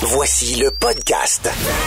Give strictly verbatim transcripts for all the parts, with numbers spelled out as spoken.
Voici le podcast.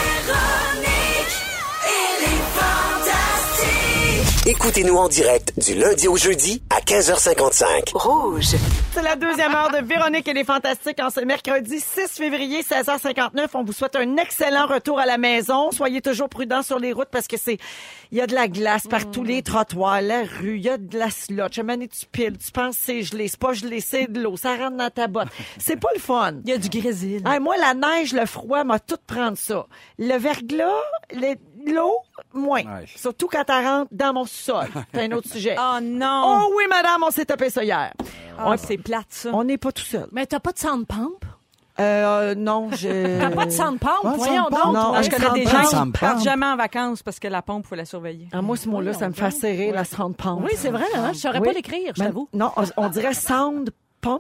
Écoutez-nous en direct du lundi au jeudi à quinze heures cinquante-cinq. Rouge. C'est la deuxième heure de Véronique et les Fantastiques en ce mercredi six février, seize heures cinquante-neuf. On vous souhaite un excellent retour à la maison. Soyez toujours prudents sur les routes parce que c'est, il y a de la glace partout, mmh. les trottoirs, la rue, il y a de la slotch. Mané, tu piles, tu penses que c'est gelé, c'est pas gelé, c'est de l'eau, ça rentre dans ta botte. C'est pas le fun. Il y a du grésil. Hey, moi, la neige, le froid m'a tout prendre ça. Le verglas, les, l'eau, moins. Ouais. Surtout quand elle rentre dans mon sol. C'est un autre sujet. Oh non! Oh oui, madame, on s'est tapé ça hier. Oh, on, c'est plate, ça. On n'est pas tout seul. Mais t'as pas de sound pump? Euh, non, je... T'as pas de sound pump? Ouais, Voyons sound donc. pump. Non, Ouais, je connais des sound gens pump. qui partent jamais en vacances parce que la pompe, il faut la surveiller. Ah, moi, ce mot-là, ça me fait serrer, la sound pump. Oui, c'est vrai, hein? Je saurais oui. pas l'écrire, je t'avoue. Non, on, on dirait sound pump.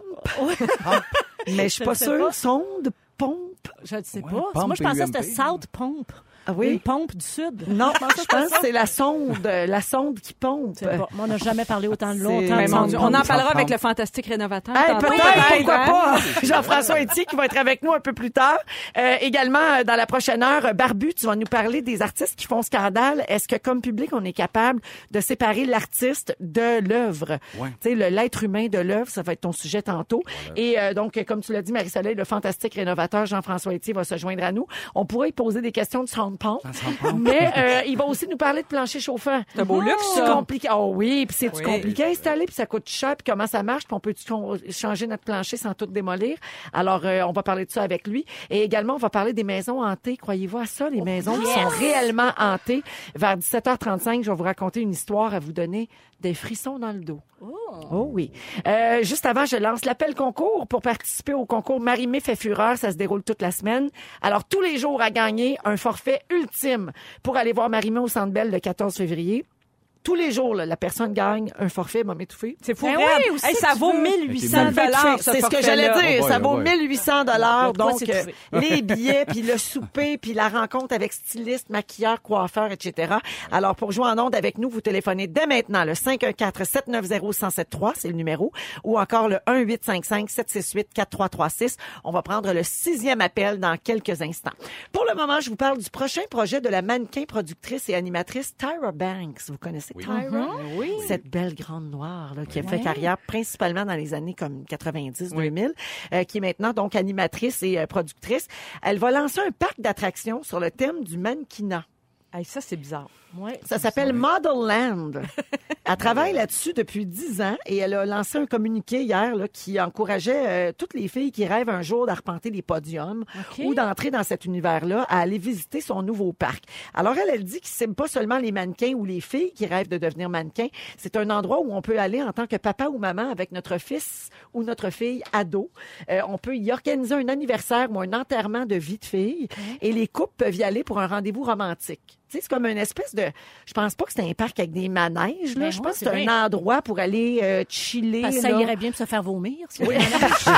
Mais je suis pas sûre. Sound pump. Je ne sais Ouais, pas. pump Moi, je pensais que c'était P U M P. South Pump. Ah oui? Une pompe du Sud. Non, je pense que c'est la sonde, la sonde qui pompe. C'est pas. Moi, on n'a jamais parlé autant de C'est- longtemps. Mais de mon sound Dieu, pump. On en parlera Sound avec pump. le fantastique rénovateur. Hey, tantôt. peut-être, pourquoi hein? pas. Jean-François Etier qui va être avec nous un peu plus tard. Euh, également, dans la prochaine heure, Barbu, tu vas nous parler des artistes qui font scandale. Est-ce que, comme public, on est capable de séparer l'artiste de l'œuvre? Ouais. Tu sais, le, l'être humain de l'œuvre, ça va être ton sujet tantôt. Voilà. Et euh, donc, comme tu l'as dit, Marie-Soleil, le fantastique rénovateur Jean-François Etier va se joindre à nous. On pourrait y poser des questions de sound pump, mais euh, il va aussi nous parler de plancher chauffant. C'est un beau luxe, C'est ça. compliqué. Oh oui, puis c'est-tu Oui. compliqué à installer, puis ça coûte cher, puis comment ça marche, puis on peut-tu con- changer notre plancher sans tout démolir. Alors, euh, on va parler de ça avec lui. Et également, on va parler des maisons hantées. Croyez-vous à ça, les maisons qui sont réellement hantées? Vers dix-sept heures trente-cinq, je vais vous raconter une histoire à vous donner des frissons dans le dos. Oh, oh oui. Euh, juste avant, je lance l'appel concours pour participer au concours Marie-Mé fait fureur. Ça se déroule toute la semaine. Alors, tous les jours à gagner un forfait ultime pour aller voir Marie-Mé au Centre Bell le quatorze février. Tous les jours, là, la personne gagne un forfait, m'a m'étouffé. C'est fou. Ben raide. oui, aussi, Hey, ça tu vaut veux. mille huit cents dollars. C'est ce que j'allais dire. Oh boy, ça oh vaut boy. mille huit cents dollars. De quoi Donc, euh, s'étouffer. les billets, puis le souper, puis la rencontre avec styliste, maquilleur, coiffeur, et cetera. Alors, pour jouer en onde avec nous, vous téléphonez dès maintenant le cinq un quatre sept neuf zéro un zéro sept trois, c'est le numéro, ou encore le un huit cinq cinq sept six huit quatre trois trois six. On va prendre le sixième appel dans quelques instants. Pour le moment, je vous parle du prochain projet de la mannequin, productrice et animatrice Tyra Banks. Vous connaissez Tyra? Oui. Cette belle grande noire là, qui a fait carrière principalement dans les années comme quatre-vingt-dix deux mille, euh, qui est maintenant donc animatrice et euh, productrice. Elle va lancer un parc d'attractions sur le thème du mannequinat. Hey, ça, c'est bizarre. Ouais, ça s'appelle Model Land. Elle travaille là-dessus depuis dix ans et elle a lancé un communiqué hier là, qui encourageait euh, toutes les filles qui rêvent un jour d'arpenter les podiums Okay. ou d'entrer dans cet univers-là à aller visiter son nouveau parc. Alors elle, elle dit que c'est pas seulement les mannequins ou les filles qui rêvent de devenir mannequins, c'est un endroit où on peut aller en tant que papa ou maman avec notre fils ou notre fille ado. Euh, on peut y organiser un anniversaire ou un enterrement de vie de fille et les couples peuvent y aller pour un rendez-vous romantique. Tu sais, c'est comme une espèce de... Je pense pas que c'est un parc avec des manèges, là. Ben Je oui, pense que c'est c'est un bien. endroit pour aller euh, chiller. Parce que ça là. irait bien pour se faire vomir. si Oui.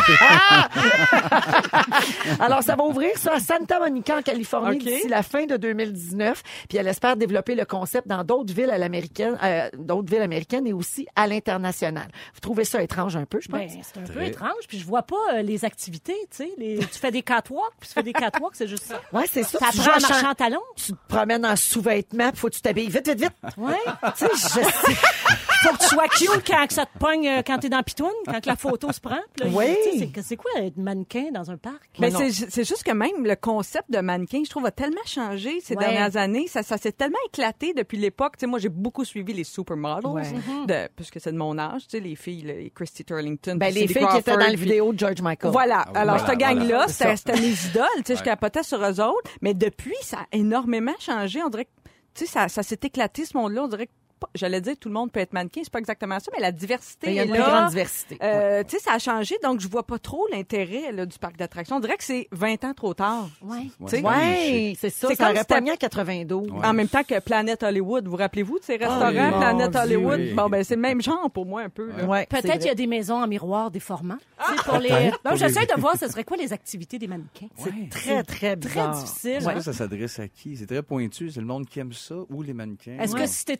Alors, ça va ouvrir ça à Santa Monica, en Californie, OK. d'ici la fin de deux mille dix-neuf. Puis elle espère développer le concept dans d'autres villes à l'américaine, euh, d'autres villes américaines et aussi à l'international. Vous trouvez ça étrange un peu, je pense? Ben, c'est un peu étrange. Puis je vois pas euh, les activités, tu sais. Les... Tu fais des catwalks, puis tu fais des catwalks, c'est juste ça. Ouais, c'est ça. Ça Tu prend en joues à marchant chan- en talons. Tu te promènes en sous-vêtements, puis faut que tu t'habilles vite, vite, vite. Ouais. Tu sais, je sais. Faut que tu sois cute quand que ça te pogne, euh, quand t'es dans Pitoune, quand que la photo se prend. Puis là, Oui. tu sais, c'est, c'est quoi être mannequin dans un parc? Mais Non. c'est, c'est juste que même le concept de mannequin, je trouve, a tellement changé ces Ouais. dernières années. Ça, ça s'est tellement éclaté depuis l'époque. Tu sais, moi, j'ai beaucoup suivi les supermodels, Ouais. de, puisque c'est de mon âge. Tu sais, les filles, là, les Christy Turlington. Ben, puis les Cindy filles qui étaient Crawford, dans la puis- vidéo de George Michael. Voilà. Ah oui, Alors, voilà, cette gang-là, voilà. c'était, C'est ça. c'était mes idoles. Tu sais, je capotais sur eux autres. Mais depuis, ça a énormément changé. On dirait que, tu sais, ça, ça s'est éclaté, ce monde-là. On dirait que, pas- j'allais dire, tout le monde peut être mannequin. C'est pas exactement ça, mais la diversité Ben, il y a est une là. plus grande diversité. Euh, Tu sais, ça a changé, donc je vois pas trop l'intérêt là, du parc d'attractions. On dirait que c'est vingt ans trop tard. Ouais. Ouais, sais, c'est pas niché. Ouais, c'est ça. C'est ça comme aurait c'était- pogné en quatre-vingt-douze. Ouais. En même temps que Planet Hollywood. Vous rappelez-vous de ces restaurants, oui, mon Planet Dieu, Hollywood? oui. Bon, ben c'est le même genre pour moi un peu. là. Ouais, c'est Peut-être qu'il y vrai. a des maisons en miroir déformants. Tu sais, pour les... Peut-être. Non, Pour j'essaie les- de voir ce serait quoi les activités des mannequins. Ouais. Très, très Très bizarre. difficile. Est-ce hein. que ça s'adresse à qui? C'est très pointu. C'est le monde qui aime ça ou les mannequins? Est-ce Ouais. que si t'es un peu laide,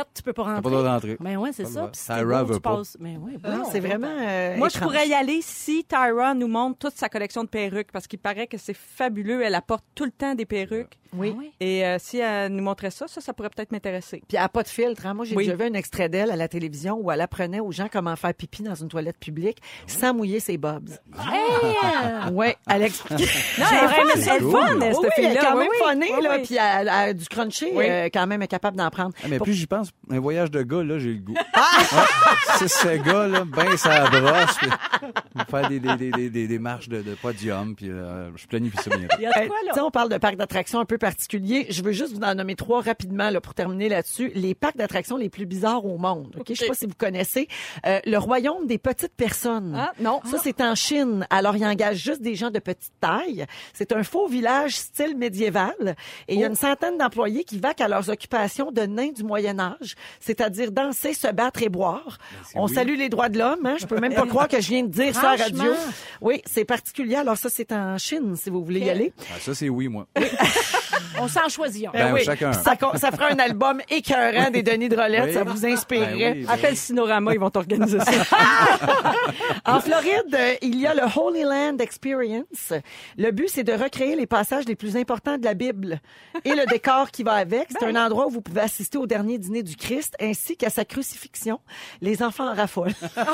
toilette, tu peux pas rentrer. T'as pas le droit d'entrer. Ben ouais, c'est Pas le ça. droit. Puis si Tyra t'es beau, veut tu pas. passes. Mais ouais, Non, bon, c'est vraiment euh, Moi, je étrange. pourrais y aller si Tyra nous montre toute sa collection de perruques, parce qu'il paraît que c'est fabuleux. Elle apporte tout le temps des perruques. Oui. Ah ouais. Et euh, si elle nous montrait ça, ça, ça pourrait peut-être m'intéresser. Puis elle n'a pas de filtre. Hein? Moi, j'ai Oui. déjà vu un extrait d'elle à la télévision où elle apprenait aux gens comment faire pipi dans une toilette publique sans mouiller ses bobs. Hey! Oui, elle expliquait. Non, elle est c'est c'est le cool. fun, Oui, cette oui, elle est fille-là. quand Oui, même oui. funnée, Oui, là, oui. puis elle, elle a du crunchy, Oui. euh, quand même, est capable d'en prendre. Ah, mais Pour- plus j'y pense, un voyage de gars, là, j'ai le goût. Ah! Ouais, c'est ce gars, là, ben ça brosse. Puis, il va faire des, des, des, des, des, des marches de, de podium, puis euh, je planifie ça bien. Il y a de Euh, quoi, tu là? sais, on parle de parcs d'attractions un peu particuliers. Je veux juste vous en nommer trois rapidement là, pour terminer là-dessus. Les parcs d'attractions les plus bizarres au monde. Ok, Je sais pas si vous connaissez. Euh, le royaume des petites personnes. Ah, non. Ça, c'est en Chine. Alors, ils engagent juste des gens de petite taille. C'est un faux village style médiéval. Et il y a une centaine d'employés qui vaquent à leurs occupations de nains du Moyen Âge, c'est-à-dire danser, se battre et boire. c'est On oui. salue les droits de l'homme. Hein? Je peux même pas croire que je viens de dire ça à la radio. Franchement. Oui, c'est particulier. Alors ça, c'est en Chine, si vous voulez y aller. Ah, ça, c'est oui, moi. On s'en choisit un. Ben, oui, chacun. Ça, co- ça ferait un album écœurant des Denis de Rolette. Oui. Ça vous inspirerait. Ben oui, ben Appelle Sinorama, ils vont t'organiser ça. En Floride, euh, il y a le Holy Land Experience. Le but, c'est de recréer les passages les plus importants de la Bible et le décor qui va avec. C'est un endroit où vous pouvez assister au dernier dîner du Christ ainsi qu'à sa crucifixion. Les enfants en raffolent.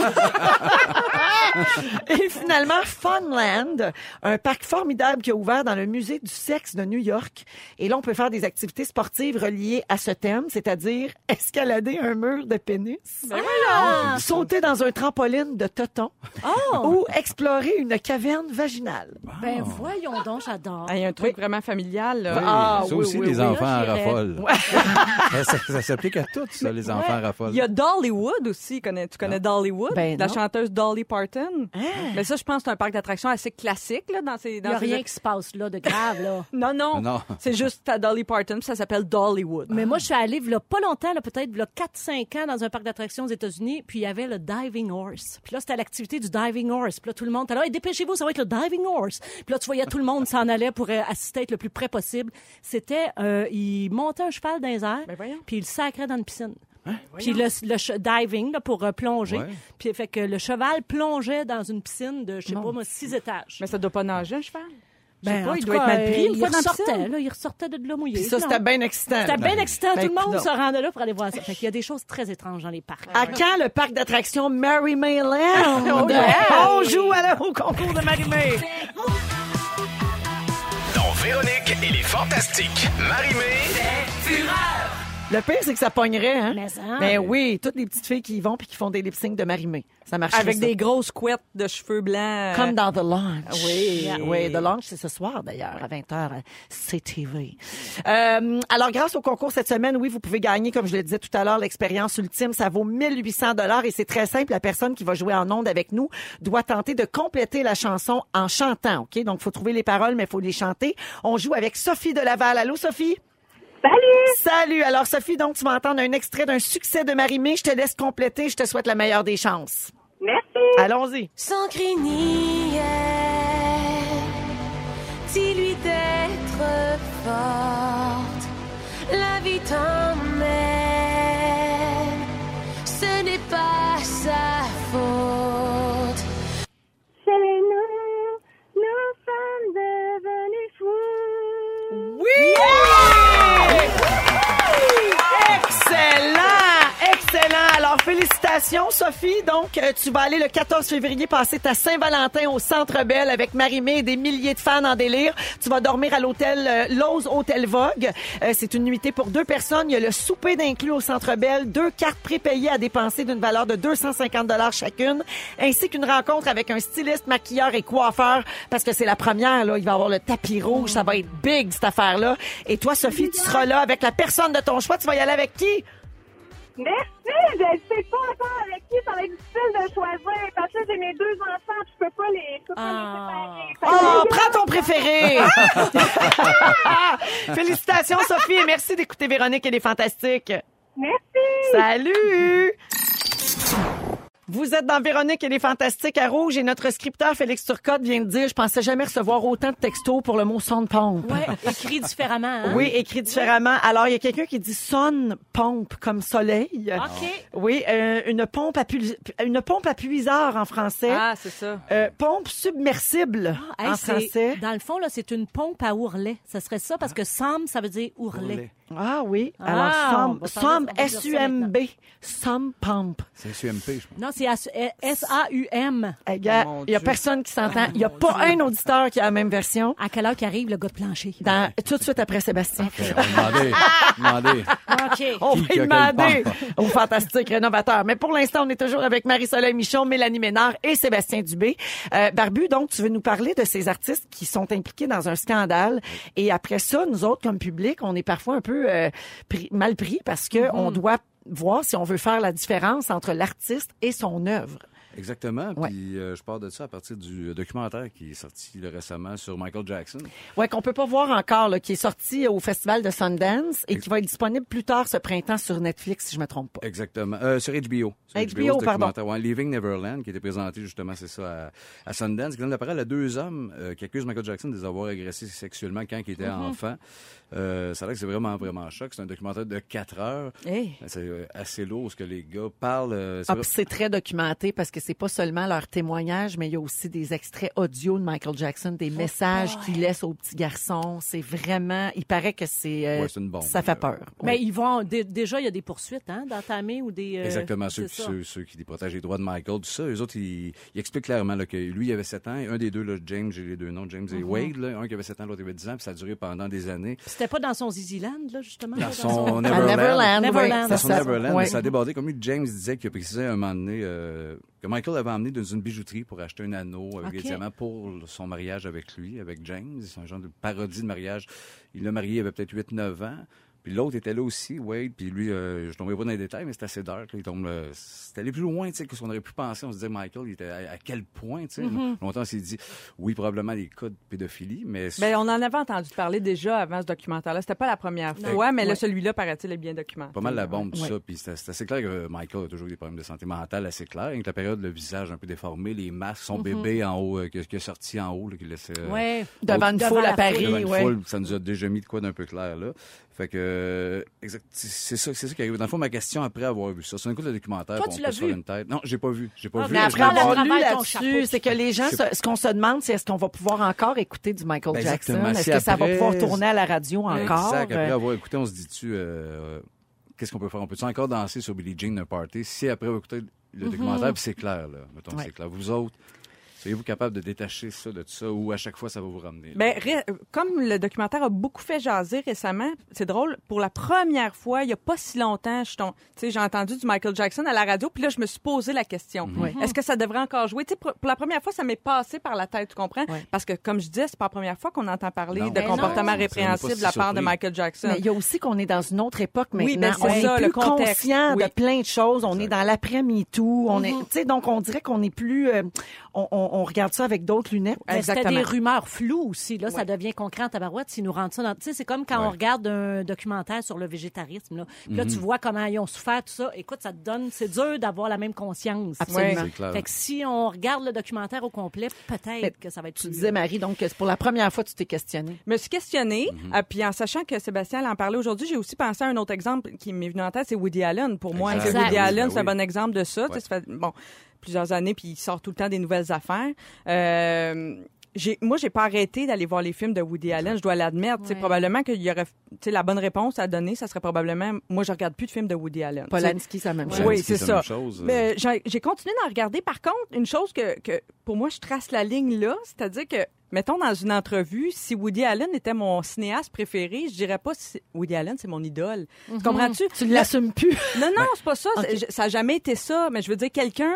Et finalement, Funland, un parc formidable qui a ouvert dans le musée du sexe de New York. Et là, on peut faire des activités sportives reliées à ce thème, c'est-à-dire escalader un mur de pénis, Ah! sauter dans un trampoline de toton ou explorer une caverne vaginale. Ben voyons donc, j'adore. Il y a un truc vraiment familial. Là. Oui, Ah, ça oui, aussi, oui, les oui, enfants là, en j'irais. raffolent. ça ça, ça s'applique à tout, ça, les enfants en raffolent. Il y a Dollywood aussi. Connais, tu connais Dollywood? Ben la non. chanteuse Dolly Parton. Mais ça, je pense que c'est un parc d'attractions assez classique. Là, dans ces, Il dans n'y a ces- rien qui se passe là de grave, là. Non, non. Ah, non. C'est juste à Dolly Parton, puis ça s'appelle Dollywood. Mais moi, je suis allée, il y a pas longtemps, là, peut-être il y a quatre cinq ans, dans un parc d'attractions aux États-Unis, puis il y avait le diving horse. Puis là, c'était l'activité du diving horse. Puis là, tout le monde était là, hey, dépêchez-vous, ça va être le diving horse. Puis là, tu voyais tout le monde s'en allait pour euh, assister, être le plus près possible. C'était, euh, il montait un cheval dans les airs, Ben voyons. puis il le sacrait dans une piscine. Puis le, le che- diving, là, pour euh, plonger. Ouais. Puis fait que le cheval plongeait dans une piscine de, je sais pas moi, six étages. Mais ça doit pas nager, un cheval. Je sais Ben, pas, en il tout doit cas, être mal pris euh, une il fois dans la ressortait, piscine. là, il ressortait de l'eau mouillée. Puis ça, Non. c'était bien excitant. C'était bien excitant. Ben, Tout le monde coudonc. se rendait là pour aller voir ça. Fait qu'il y a des choses très étranges dans les parcs. À quand le parc d'attractions Mary May Land? Oh, yeah! On joue à la- au concours de Mary May. Dans Véronique et les Fantastiques, Marie-Mé, Le pire, c'est que ça pognerait, hein? Mais ça. Ben oui, toutes les petites filles qui y vont puis qui font des lip-syncs de Marie-Mé. Ça marche Avec des grosses couettes de cheveux blancs. Comme dans The Launch. Oui. Oui, The Launch, c'est ce soir, d'ailleurs, à vingt heures, à C T V. Euh, alors, grâce au concours cette semaine, oui, vous pouvez gagner, comme je le disais tout à l'heure, l'expérience ultime. Ça vaut mille huit cents dollars et c'est très simple. La personne qui va jouer en ondes avec nous doit tenter de compléter la chanson en chantant, OK? Donc, il faut trouver les paroles, mais il faut les chanter. On joue avec Sophie de Laval. Allô, Sophie? Salut! Salut! Alors, Sophie, donc, tu vas entendre un extrait d'un succès de Marie-Mé. Je te laisse compléter. Je te souhaite la meilleure des chances. Merci! Allons-y. Sans cri ni haine, dis-lui d'être forte. La vie t'emmène, ce n'est pas sa faute. C'est nous, nous sommes devenus fous. Oui! Excellent! Excellent! Alors, félicitations, Sophie. Donc, euh, tu vas aller le quatorze février passer ta Saint-Valentin au Centre Bell avec Marie-Mé et des milliers de fans en délire. Tu vas dormir à l'hôtel euh, Lowe's Hôtel Vogue. Euh, c'est une nuitée pour deux personnes. Il y a le souper d'inclus au Centre Bell, deux cartes prépayées à dépenser d'une valeur de deux cent cinquante dollars chacune, ainsi qu'une rencontre avec un styliste, maquilleur et coiffeur, parce que c'est la première, là. Il va y avoir le tapis rouge. Ça va être big, cette affaire-là. Et toi, Sophie, tu seras là avec la personne de ton choix. Tu vas y aller avec qui? Merci! Je ne sais pas encore avec qui ça va être difficile de choisir parce que j'ai mes deux enfants, je peux pas les, je peux pas Ah. les séparer. Oh, prends ton préféré! Félicitations, Sophie, et merci d'écouter Véronique et les Fantastiques. Merci! Salut! Vous êtes dans Véronique et les Fantastiques à Rouge et notre scripteur Félix Turcotte vient de dire « Je pensais jamais recevoir autant de textos pour le mot son pompe. » Ouais, écrit différemment. Hein? Oui, écrit différemment. Alors, il y a quelqu'un qui dit son pompe comme soleil. OK. Oui, euh, une pompe à pu- une pompe à puisard en français. Ah, c'est ça. Euh, pompe submersible Ah, hey, en c'est- français. Dans le fond, là, c'est une pompe à ourlet. Ça serait ça parce que Sam, ça veut dire ourlet. Ourlet. Ah oui. Ah, Alors, on some, va some, parler- on va dire ça S U M B. Some pump. C'est S U M P, je pense. Non, c'est S A U M. Hey, gars, Mon il y a Dieu. personne qui s'entend. Il y a pas un auditeur qui a la même version. À quelle heure qu'arrive le gars de plancher? Dans, tout de suite après Sébastien. OK, on va demander. demander. OK. On Qui va qui a demander quelle au fantastique rénovateur. Mais pour l'instant, on est toujours avec Marie-Soleil Michon, Mélanie Ménard et Sébastien Dubé. Euh, Barbu, donc, tu veux nous parler de ces artistes qui sont impliqués dans un scandale. Et après ça, nous autres, comme public, on est parfois un peu euh, pris- mal pris parce que on doit voir si on veut faire la différence entre l'artiste et son œuvre. Exactement. Ouais. Puis euh, je pars de ça à partir du documentaire qui est sorti là, récemment sur Michael Jackson. Ouais, qu'on peut pas voir encore, là, qui est sorti au festival de Sundance et qui va être disponible plus tard ce printemps sur Netflix, si je me trompe pas. Exactement. Euh, sur H B O. Sur H B O, ce pardon. documentaire, ouais, Leaving Neverland, qui était présenté justement, c'est ça, à, à Sundance, qui donne la parole à deux hommes euh, qui accusent Michael Jackson de les avoir agressés sexuellement quand il était Mm-hmm. enfant. Euh, ça a l'air que c'est vraiment, vraiment choc. C'est un documentaire de quatre heures. Hey. C'est euh, assez lourd ce que les gars parlent. euh, c'est Ah, vrai- puis c'est très documenté parce que c'est pas seulement leur témoignage, mais il y a aussi des extraits audio de Michael Jackson, des messages qu'il laisse aux petits garçons. C'est vraiment, il paraît que c'est, euh, Ouais, c'est une bombe. ça fait peur. Mais ils vont dé- déjà il y a des poursuites hein, d'entamer ou des euh, Exactement, ceux, c'est ça. ceux, ceux qui protègent les droits de Michael, tout ça. Eux autres, ils, ils expliquent clairement là, que lui, il avait sept ans. Et un des deux, là, James, j'ai les deux noms, James Mm-hmm. et Wade, là, un qui avait sept ans, l'autre avait dix ans, puis ça a duré pendant des années. C'était pas dans son Ziziland là justement Dans là, son À Neverland. Neverland, Neverland. oui, Dans ça, son ça- Neverland, ouais. mais ça a débordé. Comme lui, James disait qu'il a précisé un moment donné euh, que Michael avait emmené dans une bijouterie pour acheter un anneau avec Ok. des diamants pour son mariage avec lui, avec James. C'est un genre de parodie de mariage. Il l'a marié, il avait peut-être huit neuf ans. Puis l'autre était là aussi, Wade, puis lui, euh, je tombais pas dans les détails, mais c'était assez dark. Là, il tombe, euh, c'était allé plus loin, tu sais, que ce qu'on aurait pu penser. On se disait, Michael, il était à, à quel point, tu sais. Mm-hmm. Longtemps, on s'est dit, oui, probablement des cas de pédophilie, mais... Ben, on en avait entendu parler déjà avant ce documentaire-là. C'était pas la première fois, mais là, celui-là, paraît-il, est bien documenté. Pas mal la bombe, tout Ouais. ça. Puis c'est c'est assez clair que Michael a toujours eu des problèmes de santé mentale assez clairs. Avec la période, le visage un peu déformé, les masques, son bébé en haut, euh, qui, qui est sorti en haut, là, qui laissait... euh, Ouais. Devant une Devant foule la à Paris, devant une ouais. foule, ça nous a déjà mis de quoi d'un peu clair, là. Fait que, euh, exact, c'est ça, c'est ça qui arrive. Dans le fond, ma question après avoir vu ça, c'est un coup de documentaire, Toi, puis tu on l'as peut se faire vu? une tête. Non, j'ai pas vu, j'ai pas Ah, vu. Mais je je après parle à avoir lu travers ton là-dessus, chapeau. c'est que les gens, se- ce qu'on se demande, c'est est-ce qu'on va pouvoir encore écouter du Michael Ben, Jackson? exactement. Est-ce Si que ça va après- pouvoir tourner à la radio encore? Exact. Après Euh, avoir écouté, on se dit-tu, euh, qu'est-ce qu'on peut faire? On peut-tu encore danser sur Billie Jean d'un party? Si après avoir écouté le documentaire, puis c'est clair, là. Mettons, Ouais. c'est clair. Vous autres, seriez-vous capable de détacher ça de tout ça ou à chaque fois, ça va vous ramener? là? Ben, ré- comme le documentaire a beaucoup fait jaser récemment, c'est drôle, pour la première fois, il y a pas si longtemps, je tom- tu sais, j'ai entendu du Michael Jackson à la radio, puis là, je me suis posé la question. Oui. Est-ce que ça devrait encore jouer? Tu sais, pour, pour la première fois, ça m'est passé par la tête, tu comprends? Ouais. Parce que, comme je disais, c'est pas la première fois qu'on entend parler Non. de Ben comportements non. répréhensibles On est de la pas si part de surpris. Michael Jackson. Mais il y a aussi qu'on est dans une autre époque maintenant. Oui, ben, c'est on ça, est le plus contexte. conscient Oui. de plein de choses. On est dans l'après-MeToo. On est, tu sais, donc on dirait qu'on est plus, euh, on, on, on regarde ça avec d'autres lunettes. Mais c'était Exactement. des rumeurs floues aussi. Là, ça devient concret en tabarouette s'ils nous rendent ça dans... Tu sais, c'est comme quand Ouais. on regarde un documentaire sur le végétarisme. Là, Puis là tu vois comment ils ont souffert, tout ça. Écoute, ça te donne... C'est dur d'avoir la même conscience. Absolument. C'est clair. Fait que si on regarde le documentaire au complet, peut-être Mais que ça va être Tu plus disais, Marie, donc, que c'est pour la première fois, tu t'es questionnée. Je me suis questionnée, Mhm. euh, puis en sachant que Sébastien en parlait aujourd'hui, j'ai aussi pensé à un autre exemple qui m'est venu en tête, c'est Woody Allen. Pour moi, Exact. que Woody Exact. Allen, Ben c'est un oui. bon exemple de ça. Tu sais, Ouais. Ça fait bon plusieurs années, puis il sort tout le temps des nouvelles affaires. Euh, j'ai, moi, j'ai pas arrêté d'aller voir les films de Woody Allen, je dois l'admettre. C'est Ouais. probablement qu'il y aurait, tu sais, la bonne réponse à donner, ça serait probablement, moi, je regarde plus de films de Woody Allen. Tu sais. Polanski, c'est la même chose. Polanski, Oui, c'est c'est ça. la même chose. Mais j'ai j'ai continué d'en regarder. Par contre, une chose que, que pour moi, je trace la ligne là, c'est-à-dire que, mettons, dans une entrevue, si Woody Allen était mon cinéaste préféré, je dirais pas si Woody Allen, c'est mon idole. Tu comprends-tu? Tu ne l'assumes plus. Non, non, c'est pas ça. C'est- Ça n'a jamais été ça. Mais je veux dire, quelqu'un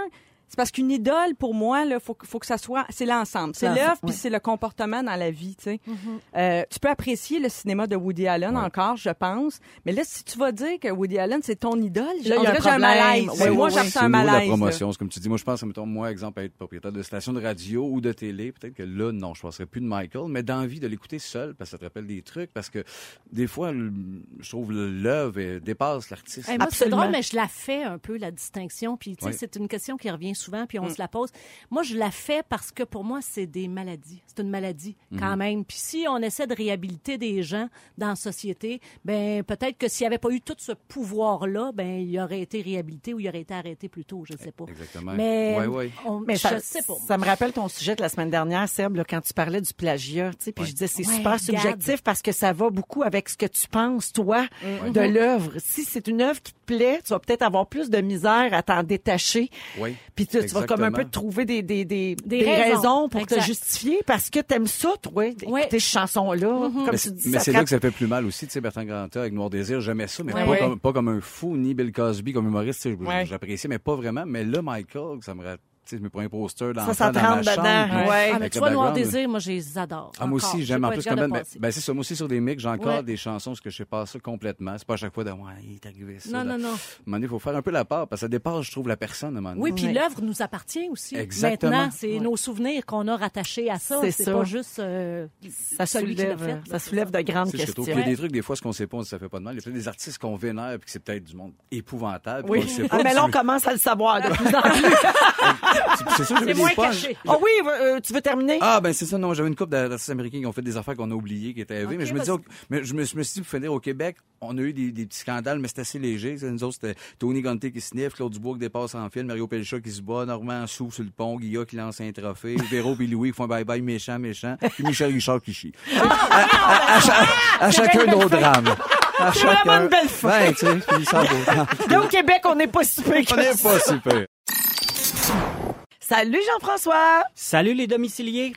C'est parce qu'une idole, pour moi, là, faut, faut que ça soit... C'est l'ensemble. C'est L'ensemble, l'œuvre, puis ouais. c'est le comportement dans la vie, tu sais. Mm-hmm. Euh, tu peux apprécier le cinéma de Woody Allen Ouais. encore, je pense. Mais là, si tu vas dire que Woody Allen, c'est ton idole, Là, on il y a un dirait que j'ai un problème. malaise. Oui, moi, oui, j'ai oui. ressens C'est un au niveau de la malaise. là. promotion, c'est comme tu dis. Moi, je pense, mettons, moi, exemple, à être propriétaire de station de radio ou de télé, peut-être que là, non, je ne penserais plus de Michael, mais d'envie de l'écouter seul, parce que ça te rappelle des trucs, parce que des fois, le- je trouve l'œuvre elle dépasse l'artiste. Hey, moi, c'est Absolument. drôle, mais je la fais un peu, la distinction. Puis, tu sais, Oui. c'est une question qui revient souvent, puis on Mm. se la pose. Moi, je la fais parce que pour moi, c'est des maladies. C'est une maladie, Mm-hmm. quand même. Puis si on essaie de réhabiliter des gens dans la société, ben peut-être que s'il n'y avait pas eu tout ce pouvoir-là, ben il aurait été réhabilité ou il aurait été arrêté plus tôt, je ne sais pas. Exactement. Mais, Ouais, ouais. on- Mais je ça, sais pas. ça me rappelle ton sujet de la semaine dernière, Seb, là, quand tu parlais du plagiat. Tu sais, puis Ouais. je disais, c'est Ouais, super Gad. subjectif parce que ça va beaucoup avec ce que tu penses, toi, de l'œuvre. Si c'est une œuvre qui te plaît, tu vas peut-être avoir plus de misère à t'en détacher. Oui. Puis tu, tu vas comme un peu Exactement. te trouver des, des, des, Des des raisons. raisons pour Exact. te justifier parce que t'aimes ça, toi, d'écouter Ouais. ces chansons-là. Comme Mais, tu c'est- dis, mais ça c'est te là rap- que ça fait plus mal aussi, tu sais, Bertrand Granta avec Noir Désir, j'aimais ça, mais Ouais. pas, Ouais. Comme, pas comme un fou, ni Bill Cosby comme humoriste, tu sais, Ouais. j'appréciais, mais pas vraiment. Mais là, Michael, ça me ra- tu sais, je me prends un poster dans, Ça, ça te dans ma rentre chambre, dedans. puis- Ouais. Ah, mais avec tu le vois, Noir background. Désir, moi, je les adore. Ah, moi Encore. aussi, Je j'aime sais en pas plus être quand capable même. de Ben, passer. ben, c'est ça, moi aussi sur des mix, j'ai encore Ouais. des chansons parce que je sais pas ça complètement. C'est pas à chaque fois de ouais, il est arrivé ça. Non, là. non, non. À un moment donné, il faut faire un peu la part parce que ça dépasse, je trouve, la personne à un moment donné. Oui, puis Ouais. l'œuvre nous appartient aussi. Exactement. Maintenant, c'est Ouais. nos souvenirs qu'on a rattachés à ça. C'est C'est ça. pas juste euh, ça celui qui l'a soulève, fait. ça soulève de grandes Tu sais, je trouve questions. qu'il y a des trucs, des fois, ce qu'on sait pas, on dit, ça fait pas de mal. Il y a peut-être des artistes qu'on vénère puis que c'est peut-être du monde épouvantable. Oui, puis on le sait pas, ah, mais puis là, on tu- commence à le savoir de plus en plus. C'est sûr, j'avais C'est des moins punchs. caché. Ah oui, euh, tu veux terminer? Ah, ben c'est ça, non. J'avais une couple d'artistes américains qui ont fait des affaires qu'on a oubliées, qui étaient élevées. Ok, mais je me vas-y. dis, au- mais je me, je me suis dit, pour finir, au Québec, on a eu des, des petits scandales, mais c'était assez léger. Nous autres, c'était Tony Gontier qui sniffe, Claude Dubois qui dépasse en film, Mario Pelcha qui se bat, Normand Sou sur le pont, Guilla qui lance un trophée, Véro et Louis qui font bye-bye méchant, méchant, puis Michel Richard qui chie. à, à- à cha- à chacun nos drames. À C'est vraiment chacun. une belle fin. Ouais, tu sais, puis ça va. Là, au Québec, on n'est pas si peu que On n'est ça. pas super. Salut Jean-François! Salut les domiciliés.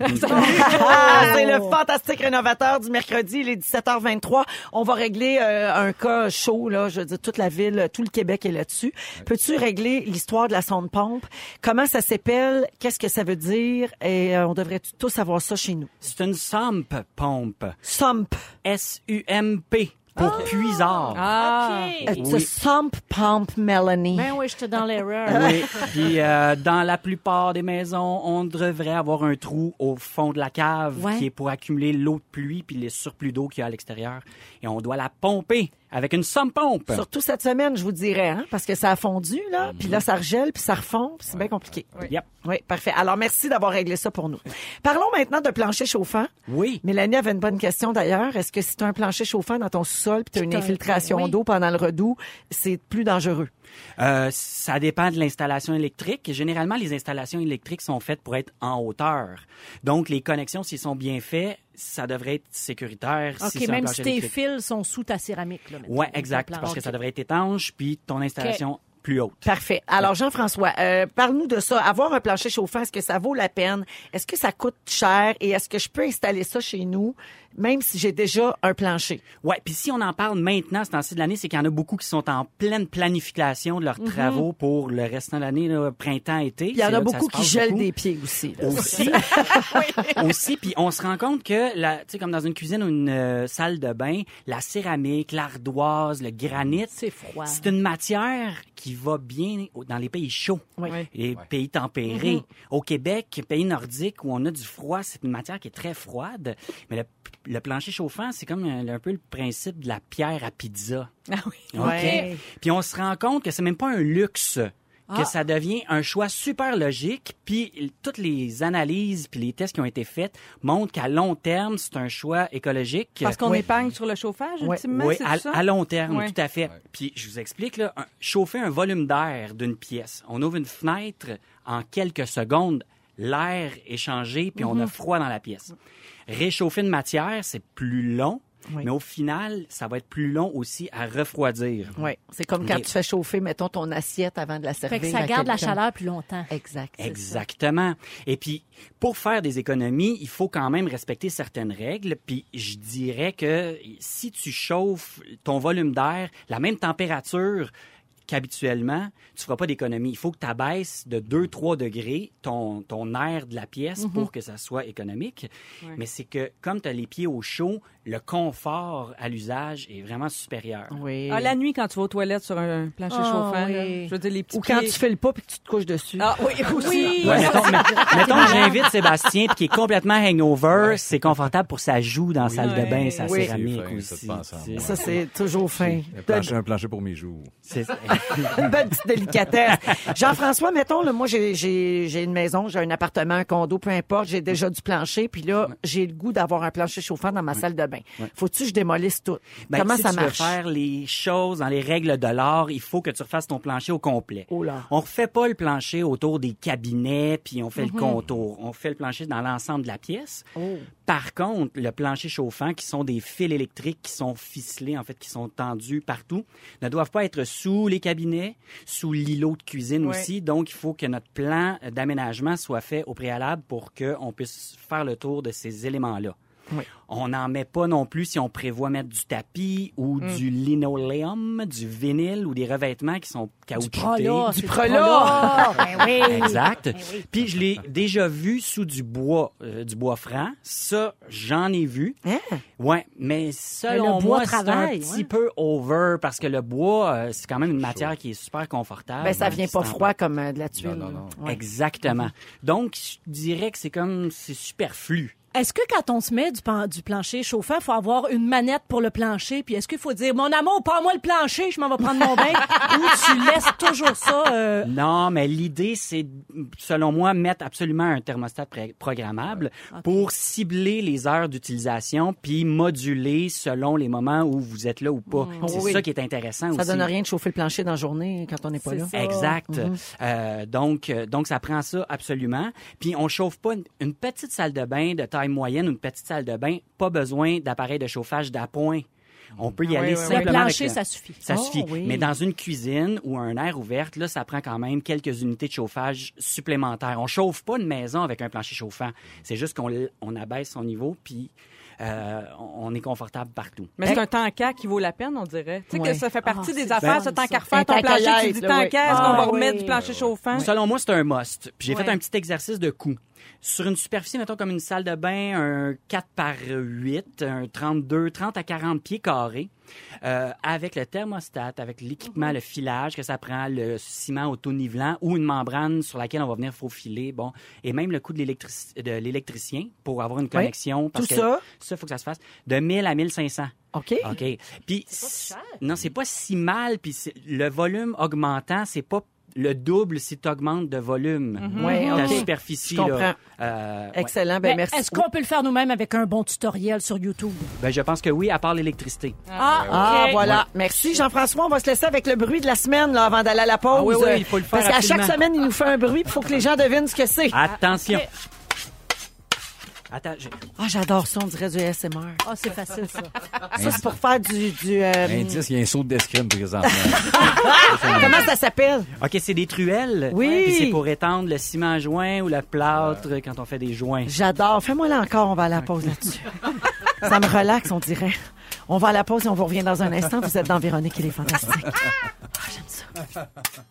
Ah, c'est le fantastique rénovateur du mercredi, il est dix-sept heures vingt-trois. On va régler euh, un cas chaud, là. Je veux dire, toute la ville, tout le Québec est là-dessus. Peux-tu régler l'histoire de la sonde pompe? Comment ça s'appelle? Qu'est-ce que ça veut dire? Et euh, on devrait tous savoir ça chez nous. C'est une sump pompe. Sump. S U M P pour puisard. Ah! OK. It's a sump pump, Melanie. Ben oui, j'étais dans l'erreur. Oui, puis euh, dans la plupart des maisons, on devrait avoir un trou au fond de la cave Ouais. qui est pour accumuler l'eau de pluie puis les surplus d'eau qu'il y a à l'extérieur. Et on doit la pomper avec une sump pompe. Surtout cette semaine, je vous dirais, hein, parce que ça a fondu, là, puis là, ça regèle, puis ça refond, puis c'est bien compliqué. Yep. Oui, parfait. Alors, merci d'avoir réglé ça pour nous. Parlons maintenant de plancher chauffant. Oui. Mélanie avait une bonne question d'ailleurs. Est-ce que si tu as un plancher chauffant dans ton sous-sol puis tu as une Puis t'as- infiltration oui. d'eau pendant le redout, c'est plus dangereux? Euh, ça dépend de l'installation électrique. Généralement, les installations électriques sont faites pour être en hauteur. Donc, les connexions, s'ils sont bien faits, ça devrait être sécuritaire. OK, si c'est un même plancher si tes électrique. fils sont sous ta céramique. Là, mettons, Ouais, ton exact. plan. Parce que OK. ça devrait être étanche, puis ton installation plus haute. Parfait. Alors, Jean-François, euh, parle-nous de ça. Avoir un plancher chauffant, est-ce que ça vaut la peine? Est-ce que ça coûte cher? Et est-ce que je peux installer ça chez nous, même si j'ai déjà un plancher? Ouais, puis si on en parle maintenant, ce temps-ci de l'année, c'est qu'il y en a beaucoup qui sont en pleine planification de leurs travaux pour le restant de l'année, là, printemps-été. Puis il y en C'est là a que ça beaucoup se qui passe gèlent beaucoup. des pieds aussi. là. Aussi, aussi, puis on se rend compte que, la- tu sais, comme dans une cuisine ou une euh, salle de bain, la céramique, l'ardoise, le granit, C'est froid. c'est une matière qui va bien au- dans les pays chauds, Oui. les pays tempérés. Au Québec, pays nordique où on a du froid, c'est une matière qui est très froide. Mais le, le plancher chauffant, c'est comme un, un peu le principe de la pierre à pizza. Ah oui. OK? Ouais. Puis on se rend compte que c'est même pas un luxe. Que Ah. ça devient un choix super logique, puis l- toutes les analyses puis les tests qui ont été faits montrent qu'à long terme, c'est un choix écologique. Parce qu'on Oui. épargne sur le chauffage, Ouais. ultimement, Oui, c'est à, ça? à long terme, Ouais. tout à fait. Puis je vous explique, là, un- chauffer un volume d'air d'une pièce. On ouvre une fenêtre, en quelques secondes, l'air est changé, puis Mm-hmm. on a froid dans la pièce. Réchauffer une matière, c'est plus long, Oui. mais au final, ça va être plus long aussi à refroidir. Oui. C'est comme quand Ok. tu fais chauffer, mettons, ton assiette avant de la servir. Fait que ça à garde la quelqu'un. chaleur plus longtemps. Exact. c'est ça. Exactement. Et puis, pour faire des économies, il faut quand même respecter certaines règles. Puis, je dirais que si tu chauffes ton volume d'air, la même température qu'habituellement, tu feras pas d'économie. Il faut que tu abaisses de deux trois degrés ton, ton air de la pièce mm-hmm. pour que ça soit économique. Ouais. Mais c'est que, comme tu as les pieds au chaud, le confort à l'usage est vraiment supérieur. Oui. Ah, la nuit, quand tu vas aux toilettes sur un plancher oh, chauffant, oui. là, je veux dire, les petits Ou pieds... quand tu fais le pas puis que tu te couches dessus. Ah oui, oui. Ouais, mettons, mettons que j'invite Sébastien qui est complètement hangover, c'est confortable pour sa joue dans la oui. salle de bain, sa oui. céramique fin, aussi. Ça, ça c'est toujours fin. Un plancher, un plancher pour mes joues. C'est une belle petite délicatesse. Jean-François, mettons, là, moi, j'ai, j'ai, j'ai une maison, j'ai un appartement, un condo, peu importe, j'ai déjà du plancher, puis là, ouais. j'ai le goût d'avoir un plancher chauffant dans ma ouais. salle de bain. Ouais. Faut-tu que je démolisse tout? Ben, Comment si ça tu marche? veux faire les choses dans les règles de l'art, il faut que tu refasses ton plancher au complet. Oh là. On refait pas le plancher autour des cabinets, puis on fait mm-hmm. le contour. On fait le plancher dans l'ensemble de la pièce. Oh. Par contre, le plancher chauffant, qui sont des fils électriques qui sont ficelés, en fait, qui sont tendus partout, ne doivent pas être sous les cabinets, sous l'îlot de cuisine oui. aussi. Donc, il faut que notre plan d'aménagement soit fait au préalable pour qu'on puisse faire le tour de ces éléments-là. Oui. On n'en met pas non plus si on prévoit mettre du tapis ou mm. du linoléum, du vinyle ou des revêtements qui sont caoutchoutés. Du prelat! Ben oui. Exact. Ben oui. Puis je l'ai déjà vu sous du bois, euh, du bois franc. Ça, j'en ai vu. Hein? Ouais, mais selon mais moi, travail, c'est un petit ouais. peu over parce que le bois, euh, c'est quand même une matière qui est super confortable. Ben ça vient pas froid comme euh, de la tuile. Non, non, non. Ouais. Exactement. Mm-hmm. Donc, je dirais que c'est comme, c'est superflu. Est-ce que quand on se met du, pan- du plancher chauffant, il faut avoir une manette pour le plancher? Puis est-ce qu'il faut dire, mon amour, pas-moi le plancher, je m'en vais prendre mon bain? Ou tu laisses toujours ça? Euh... Non, mais l'idée, c'est, selon moi, mettre absolument un thermostat pré- programmable okay. pour cibler les heures d'utilisation puis moduler selon les moments où vous êtes là ou pas. Mmh. C'est oui. ça qui est intéressant ça aussi. Ça donne rien de chauffer le plancher dans la journée quand on n'est pas c'est là. Ça. Exact. Mmh. Euh, donc, donc, ça prend ça absolument. Puis on chauffe pas une, une petite salle de bain de taille moyenne ou une petite salle de bain, pas besoin d'appareil de chauffage d'appoint. On peut y ah, aller oui, oui, simplement. Le plancher, avec le... ça suffit. Ça oh, suffit. Oui. Mais dans une cuisine ou un air ouvert, là, ça prend quand même quelques unités de chauffage supplémentaires. On chauffe pas une maison avec un plancher chauffant. C'est juste qu'on on abaisse son niveau, puis euh, on est confortable partout. Mais c'est un tant qu'à qui vaut la peine, on dirait. Tu sais ouais. que ça fait partie oh, des affaires, ce tant qu'à refaire ton plancher, tu dis tant qu'à, est-ce qu'on va remettre du plancher chauffant? Selon moi, c'est un must. Puis j'ai ouais. fait un petit exercice de coût. Sur une superficie, mettons comme une salle de bain, un quatre par huit, un trente-deux, trente à quarante pieds carrés, euh, avec le thermostat, avec l'équipement, mm-hmm. le filage que ça prend, le ciment auto-nivelant ou une membrane sur laquelle on va venir faufiler, bon, et même le coût de, l'électrici- de l'électricien pour avoir une connexion. Oui. Parce Tout que ça? Ça, il faut que ça se fasse de mille à mille cinq cents. OK. OK. Puis, c'est pas cher. non, c'est pas si mal. Puis c'est, le volume augmentant, c'est pas le double si tu augmentes de volume. Mm-hmm. Ouais, ta okay. superficie. Je comprends. Là. Euh, Excellent. ouais. Ben, Mais merci. est-ce qu'on peut le faire nous-mêmes avec un bon tutoriel sur YouTube? Ben, je pense que oui, à part l'électricité. Ah, Ah, okay. voilà. Ouais. Merci, Jean-François. On va se laisser avec le bruit de la semaine là, avant d'aller à la pause. Ah oui, oui, il faut le faire Parce qu'à chaque absolument. semaine, il nous fait un bruit, il faut que les gens devinent ce que c'est. Attention. Okay. Attends, j'ai... Ah, j'adore ça, on dirait du A S M R. Ah, c'est facile, ça. Ça, c'est pour faire du... du euh... Indice, il y a un saut d'escrime présentement. Comment ça s'appelle? OK, c'est des truelles. Oui. Puis c'est pour étendre le ciment joint ou le plâtre euh... quand on fait des joints. J'adore. Fais-moi là encore, on va à la pause là-dessus. Ça me relaxe, on dirait. On va à la pause et on vous revient dans un instant. Vous êtes dans Véronique et les Fantastiques. Ah, j'aime ça.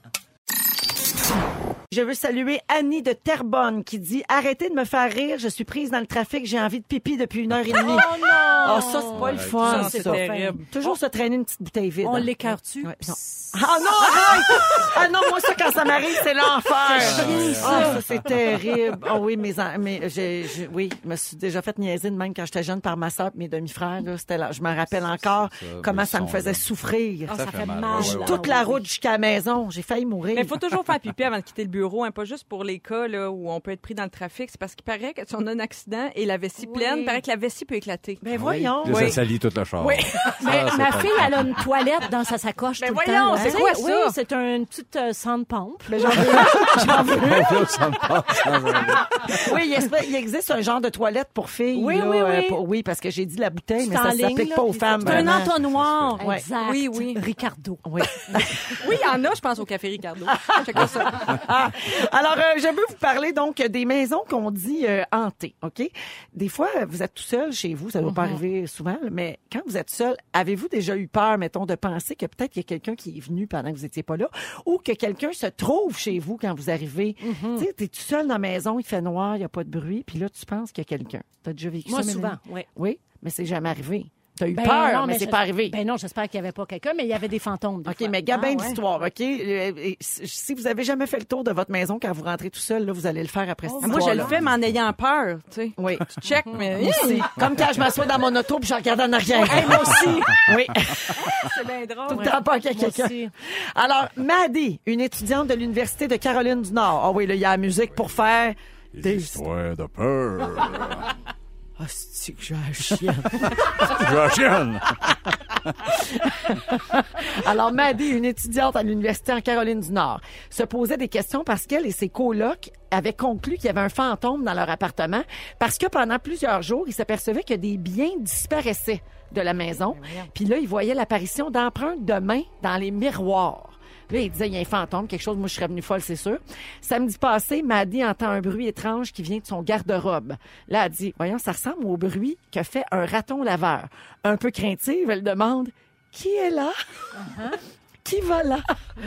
Je veux saluer Annie de Terrebonne qui dit « Arrêtez de me faire rire, je suis prise dans le trafic, j'ai envie de pipi depuis une heure et demie. » Oh non! Ah, ça, c'est pas le fun, Ça, c'est ça. terrible. Toujours se traîner une petite bouteille vide. On hein. l'écarte-tu? Ouais, non. Ah non, arrête! Ah non, moi, ça, quand ça m'arrive, c'est l'enfer. Ah, ça, c'est terrible. Ah oui, mes, en- mes j'ai, j'ai- oui, je me suis déjà fait niaiser de même quand j'étais jeune par ma soeur et mes demi-frères. Là, c'était là. Je me rappelle encore ça, comment mais ça me son, faisait là. souffrir. Ah, ça, Ça fait fait mal. mal. Ouais, ouais, Toute la route jusqu'à la maison. J'ai failli mourir. Mais il faut toujours faire pipi avant de quitter le bureau, hein, pas juste pour les cas là, où on peut être pris dans le trafic. C'est parce qu'il paraît que si on a un accident et la vessie Oui. pleine, il paraît que la vessie peut éclater. Ben voyons. Là, Oui. ça salit tout le char. Oui. Mais Ah, c'est ma pas fille, le elle a une toilette dans sa sacoche Ben tout le voyons, temps. c'est Tu quoi sais, ça? Oui, c'est un- une petite euh, sandpump. Mais j'en veux. J'en veux. fun. Ça me passe dans un- Oui, il, espère- il existe un genre de toilette pour filles. Oui, là, oui, oui. euh, pour- oui, parce que j'ai dit la bouteille, C'est mais en ça ligne, s'applique là, pas aux puis femmes. C'est un vraiment. entonnoir. Ouais. Exact. Oui, oui. Ricardo. Oui. Oui, il y en a, je pense, au Café Ricardo. Check ça. Ah, alors, euh, je veux vous parler donc des maisons qu'on dit euh, hantées, OK? Des fois, vous êtes tout seul chez vous, ça ne doit pas arriver souvent, mais quand vous êtes seul, avez-vous déjà eu peur, mettons, de penser que peut-être il y a quelqu'un qui est venu venu pendant que vous étiez pas là, ou que quelqu'un se trouve chez vous quand vous arrivez. Mm-hmm. Tu sais, t'es tout seul dans la maison, il fait noir, il y a pas de bruit, puis là, tu penses qu'il y a quelqu'un. T'as déjà vécu Moi, ça, souvent, Mélanie? oui. Oui, mais c'est jamais arrivé. T'as eu Ben peur, non, mais, c'est je- pas arrivé. Ben non, j'espère qu'il n'y avait pas quelqu'un, mais il y avait des fantômes. des OK, fois. mais gabin Ah, ouais. d'histoire, OK? Euh, et si vous avez jamais fait le tour de votre maison quand vous rentrez tout seul, là, vous allez le faire après cette Ah, moi, je le histoire-là. fais, mais en ayant peur, tu sais. Oui. Tu check, mais... Moi aussi. Comme quand je m'assois dans mon auto puis je regarde en arrière. Moi aussi. Oui. C'est bien drôle. Tout le temps pas qu'il y a Moi quelqu'un. aussi. Alors, Maddie, une étudiante de l'Université de Caroline du Nord. Ah oui, là, il y a la musique pour faire des... Histoires de peur. Ah, c'est que j'ai un chien. Je la chienne. Alors, Maddie, une étudiante à l'Université en Caroline du Nord, se posait des questions parce qu'elle et ses colocs avaient conclu qu'il y avait un fantôme dans leur appartement parce que pendant plusieurs jours, ils s'apercevaient que des biens disparaissaient de la maison. Puis là, ils voyaient l'apparition d'empreintes de mains dans les miroirs. Là, il disait, il y a un fantôme, quelque chose, moi, je serais venue folle, c'est sûr. Samedi passé, Maddie entend un bruit étrange qui vient de son garde-robe. Là, elle dit, voyons, ça ressemble au bruit que fait un raton laveur. Un peu craintive, elle demande, qui est là? Qui va là?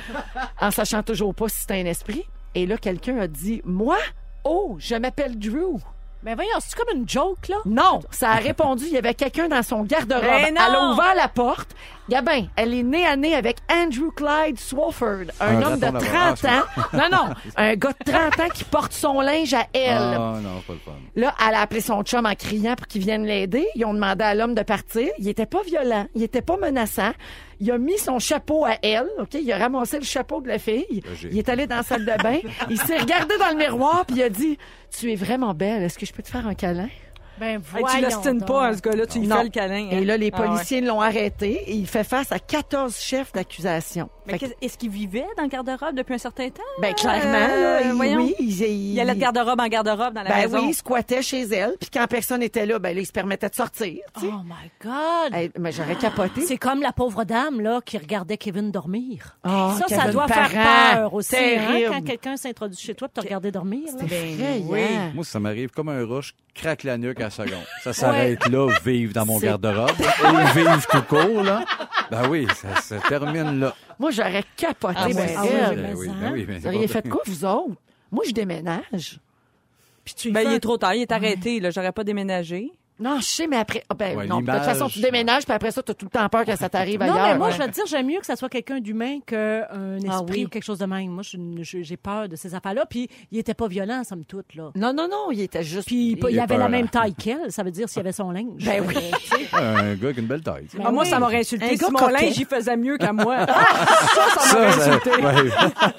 En sachant toujours pas si c'est un esprit. Et là, quelqu'un a dit, moi? Oh, je m'appelle Drew. Ben voyons, c'est comme une joke, là? Non, ça a répondu, il y avait quelqu'un dans son garde-robe. Ben non! Elle a ouvert la porte. Gabin, elle est née à nez avec Andrew Clyde Swafford, un, Un homme de raton trente laveur. ans. Non, non, un gars de trente ans qui porte son linge à elle. Ah non, pas le fun. Là, elle a appelé son chum en criant pour qu'il vienne l'aider. Ils ont demandé à l'homme de partir. Il était pas violent, il était pas menaçant. Il a mis son chapeau à elle, OK? Il a ramassé le chapeau de la fille. j'ai- Il est allé dans la salle de bain. Il s'est regardé dans le miroir puis il a dit, « Tu es vraiment belle. Est-ce que je peux te faire un câlin? » Ben Hey, voyons tu l'ostines donc. pas, hein, ce gars-là, tu lui Non. fais le câlin. hein. Et là, les Ah ouais. policiers l'ont arrêté et il fait face à quatorze chefs d'accusation. Mais Fait que- qu'est- est-ce qu'il vivait dans le garde-robe depuis un certain temps? ben, clairement, Euh, là, il- voyons. oui. Il, Il y allait de garde-robe en garde-robe dans la Ben maison. oui, il squattait chez elle. Puis quand personne n'était là, ben là, il se permettait de sortir. tu sais. Oh my God! Hey, mais j'aurais capoté. C'est comme la pauvre dame là qui regardait Kevin dormir. Ah, ça, ça Kevin doit Parent. faire peur aussi. Hein, Terrible. quand quelqu'un s'introduit chez toi et te regarder dormir. là. Effrayant. oui. Moi, ça m'arrive comme un rush, craque la nuque à la seconde. Ça s'arrête là, vive dans mon C'est- garde-robe. Ou vive tout court, là. Ben oui, ça se termine là. Moi, j'aurais capoté. Ah, ben, moi, raide. ah oui, Ben mais oui, ça. ben oui, mais Vous auriez fait quoi, vous autres? Moi, je déménage. Puis tu y Ben, fais il un- est trop tard, il est arrêté. Là, j'aurais pas déménagé. Non, je sais, mais après... ah, ben, Ouais, non, de toute l'image. façon, tu déménages, puis après ça, tu as tout le temps peur que ça t'arrive Non, ailleurs. mais moi, Ouais. je vais te dire, j'aime mieux que ça soit quelqu'un d'humain qu'un esprit Ah oui. ou quelque chose de même. Moi, je- je- j'ai peur de ces affaires-là. Puis, il était pas violent, somme toute, là. Non, non, non, il était juste... Puis, il, Il avait est la peur, même hein. taille qu'elle. Ça veut dire s'il avait son linge. Ben oui. Euh, tu sais. Un gars avec une belle taille. tu sais. Ah, moi, oui. ça m'aurait insulté. Un Si gars mon coquet. linge, il faisait mieux qu'à moi. ça, ça m'aurait Ça, ça- insulté. ouais.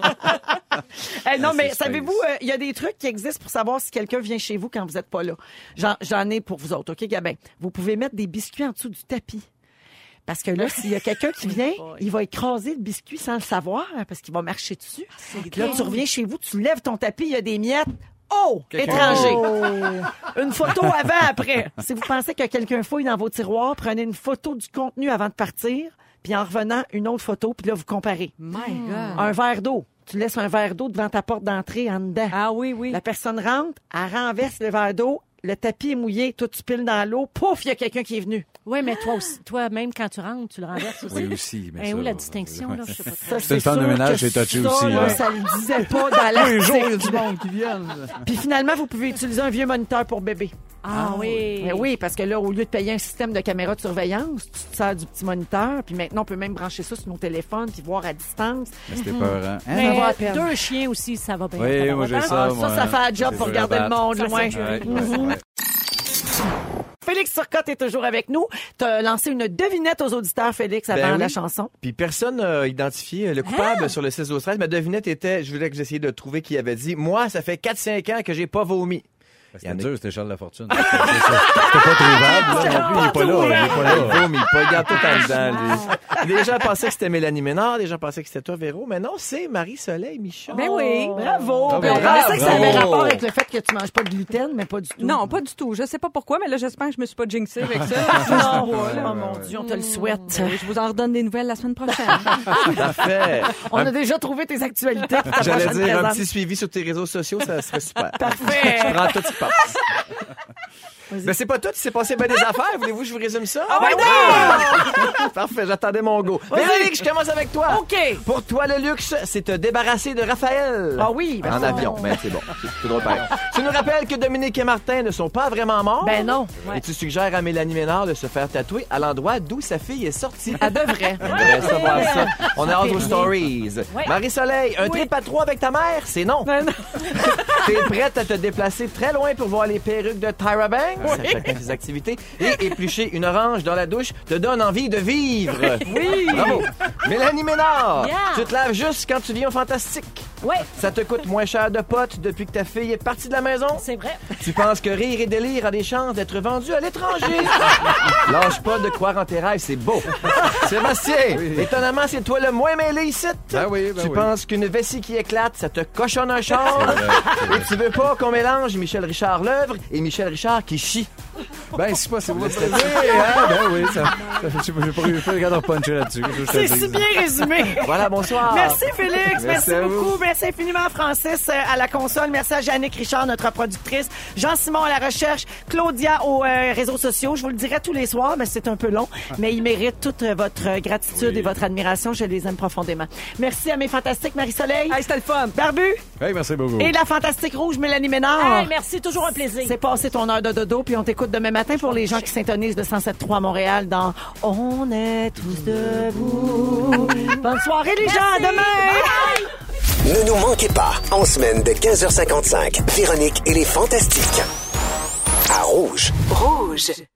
Eh, non, Ah, mais c'est savez-vous, space. euh, il y a des trucs qui existent pour savoir si quelqu'un vient chez vous quand vous n'êtes pas là. J'en, j'en ai pour vous autres, OK, Gabin? Vous pouvez mettre des biscuits en dessous du tapis. Parce que là, s'il y a quelqu'un qui vient, il va écraser le biscuit sans le savoir, hein, parce qu'il va marcher dessus. Là, tu reviens chez vous, tu lèves ton tapis, il y a des miettes. Oh! Quelqu'un- Étranger! Une photo avant, après. Si vous pensez que quelqu'un fouille dans vos tiroirs, prenez une photo du contenu avant de partir, puis en revenant, une autre photo, puis là, vous comparez. My God. Un verre d'eau. Tu laisses un verre d'eau devant ta porte d'entrée en dedans. Ah oui, oui. La personne rentre, elle renverse le verre d'eau, le tapis est mouillé, toi tu piles dans l'eau, pouf, il y a quelqu'un qui est venu. Oui, mais toi aussi, toi, même quand tu rentres, tu le renverses aussi. Oui, aussi. Mais Eh, ça, où la ouais. distinction, là? Je sais pas trop. Ça, C'est une femme de sûr ménage, que c'est touché ça, aussi, là, là. ça le disait pas dans Un jour, il y a l'article. du monde qui viennent. Puis finalement, vous pouvez utiliser un vieux moniteur pour bébé. Ah, oui. Mais oui, parce que là, au lieu de payer un système de caméra de surveillance, tu te sers du petit moniteur. Puis maintenant, on peut même brancher ça sur nos téléphones puis voir à distance. Mais C'était peurant. Hein? Mais ça va à peine. deux chiens aussi, ça va bien. Oui, moi, j'ai Hein? ça. Ah, ça, moi. ça fait un job C'est pour dur regarder à le battre. monde Ça, loin. c'est dur. Ouais, Mhm. ouais, ouais. Félix Turcotte est toujours avec nous. Tu as lancé une devinette aux auditeurs, Félix, avant Ben oui. la chanson. Puis personne n'a identifié le coupable sur le six douze treize. Ma devinette était, je voulais que vous essayiez de trouver qui avait dit, moi, ça fait quatre cinq ans que j'ai pas vomi. Il y en C'était a- dur, c'était Charles Lafortune. C'était pas trouvable. là, non plus, il est pas là. Il est pas Il là. vomit pas, il garde tout en dedans, lui. Les gens pensaient que c'était Mélanie Ménard, les gens pensaient que c'était toi, Véro, mais non, c'est Marie-Soleil Michon. Ben oui. Bravo! Bravo. Ben, on pensait que ça avait Bravo. rapport avec le fait que tu manges pas de gluten, mais pas du tout. Non, pas du tout. Je sais pas pourquoi, mais là, j'espère que je me suis pas jinxée avec ça. Non, Ouais, là. oh mon Dieu, on te le souhaite. Oui, je vous en redonne des nouvelles la semaine prochaine. Parfait. On a déjà trouvé tes actualités pour ta J'allais prochaine dire un présence. petit suivi sur tes réseaux sociaux, ça serait super. Parfait. Je prends tout ce qui passe. Ben, c'est pas tout. Il s'est passé bien des affaires. Voulez-vous que je vous résume ça? Ah, ouais, non! Parfait, j'attendais mon go. Véronique, je commence avec toi. OK. Pour toi, le luxe, c'est te débarrasser de Raphaël. Ah oui. Ben en ça, avion. Ben, c'est bon. C'est tout drôle pareil. Tu nous rappelles que Dominique et Martin ne sont pas vraiment morts? Ben non. Ouais. Et tu suggères à Mélanie Ménard de se faire tatouer à l'endroit d'où sa fille est sortie. Elle devrait. Elle devrait savoir ça. On a hâte aux Périmé. stories. Ouais. Marie-Soleil, un Oui. trip à trois avec ta mère, c'est non. Ben non. T'es prête à te déplacer très loin pour voir les perruques de Tyra Banks? Chacun ses activités. Et éplucher une orange dans la douche te donne envie de vivre. Oui. Bravo. Mélanie Ménard, Yeah. tu te laves juste quand tu viens au Fantastique. Ouais, Ça te coûte moins cher de potes depuis que ta fille est partie de la maison. c'est vrai. Tu penses que rire et délire a des chances d'être vendu à l'étranger. Lâche pas de croire en tes rêves, c'est beau. Sébastien, étonnamment, c'est toi le moins mêlé ici. Ben oui, ben tu oui. penses qu'une vessie qui éclate, ça te cochonne un char. Et tu veux pas qu'on mélange Michel Richard l'œuvre et Michel Richard qui chie. Ben, c'est pas, c'est pas. Oui, hein, ben oui, ça. ça fait- Je sais pas, j'ai pas, j'ai pas regardé en puncher là-dessus. je te C'est le dis. si bien résumé. Voilà, bonsoir. Merci Félix, merci, Merci à vous. beaucoup, merci infiniment Francis euh, à la console, merci à Jannick Richard, notre productrice, Jean-Simon à la recherche, Claudia aux euh, réseaux sociaux. Je vous le dirai tous les soirs, mais c'est un peu long, mais ils méritent toute euh, votre euh, gratitude Oui. et votre admiration. Je les aime profondément. Merci à mes fantastiques Marie-Soleil, Hey, c'était le fun. Barbu Hey, merci beaucoup. et la fantastique rouge Mélanie Ménard. Hey, merci, toujours un plaisir. C'est passé ton heure de dodo, puis on t'écoute demain matin pour les gens qui s'intonisent de cent sept trois à Montréal dans On est tous debout. Bonne soirée les gens, à demain! Ne nous manquez pas, en semaine de quinze heures cinquante-cinq, Véronique et les Fantastiques. À Rouge. Rouge.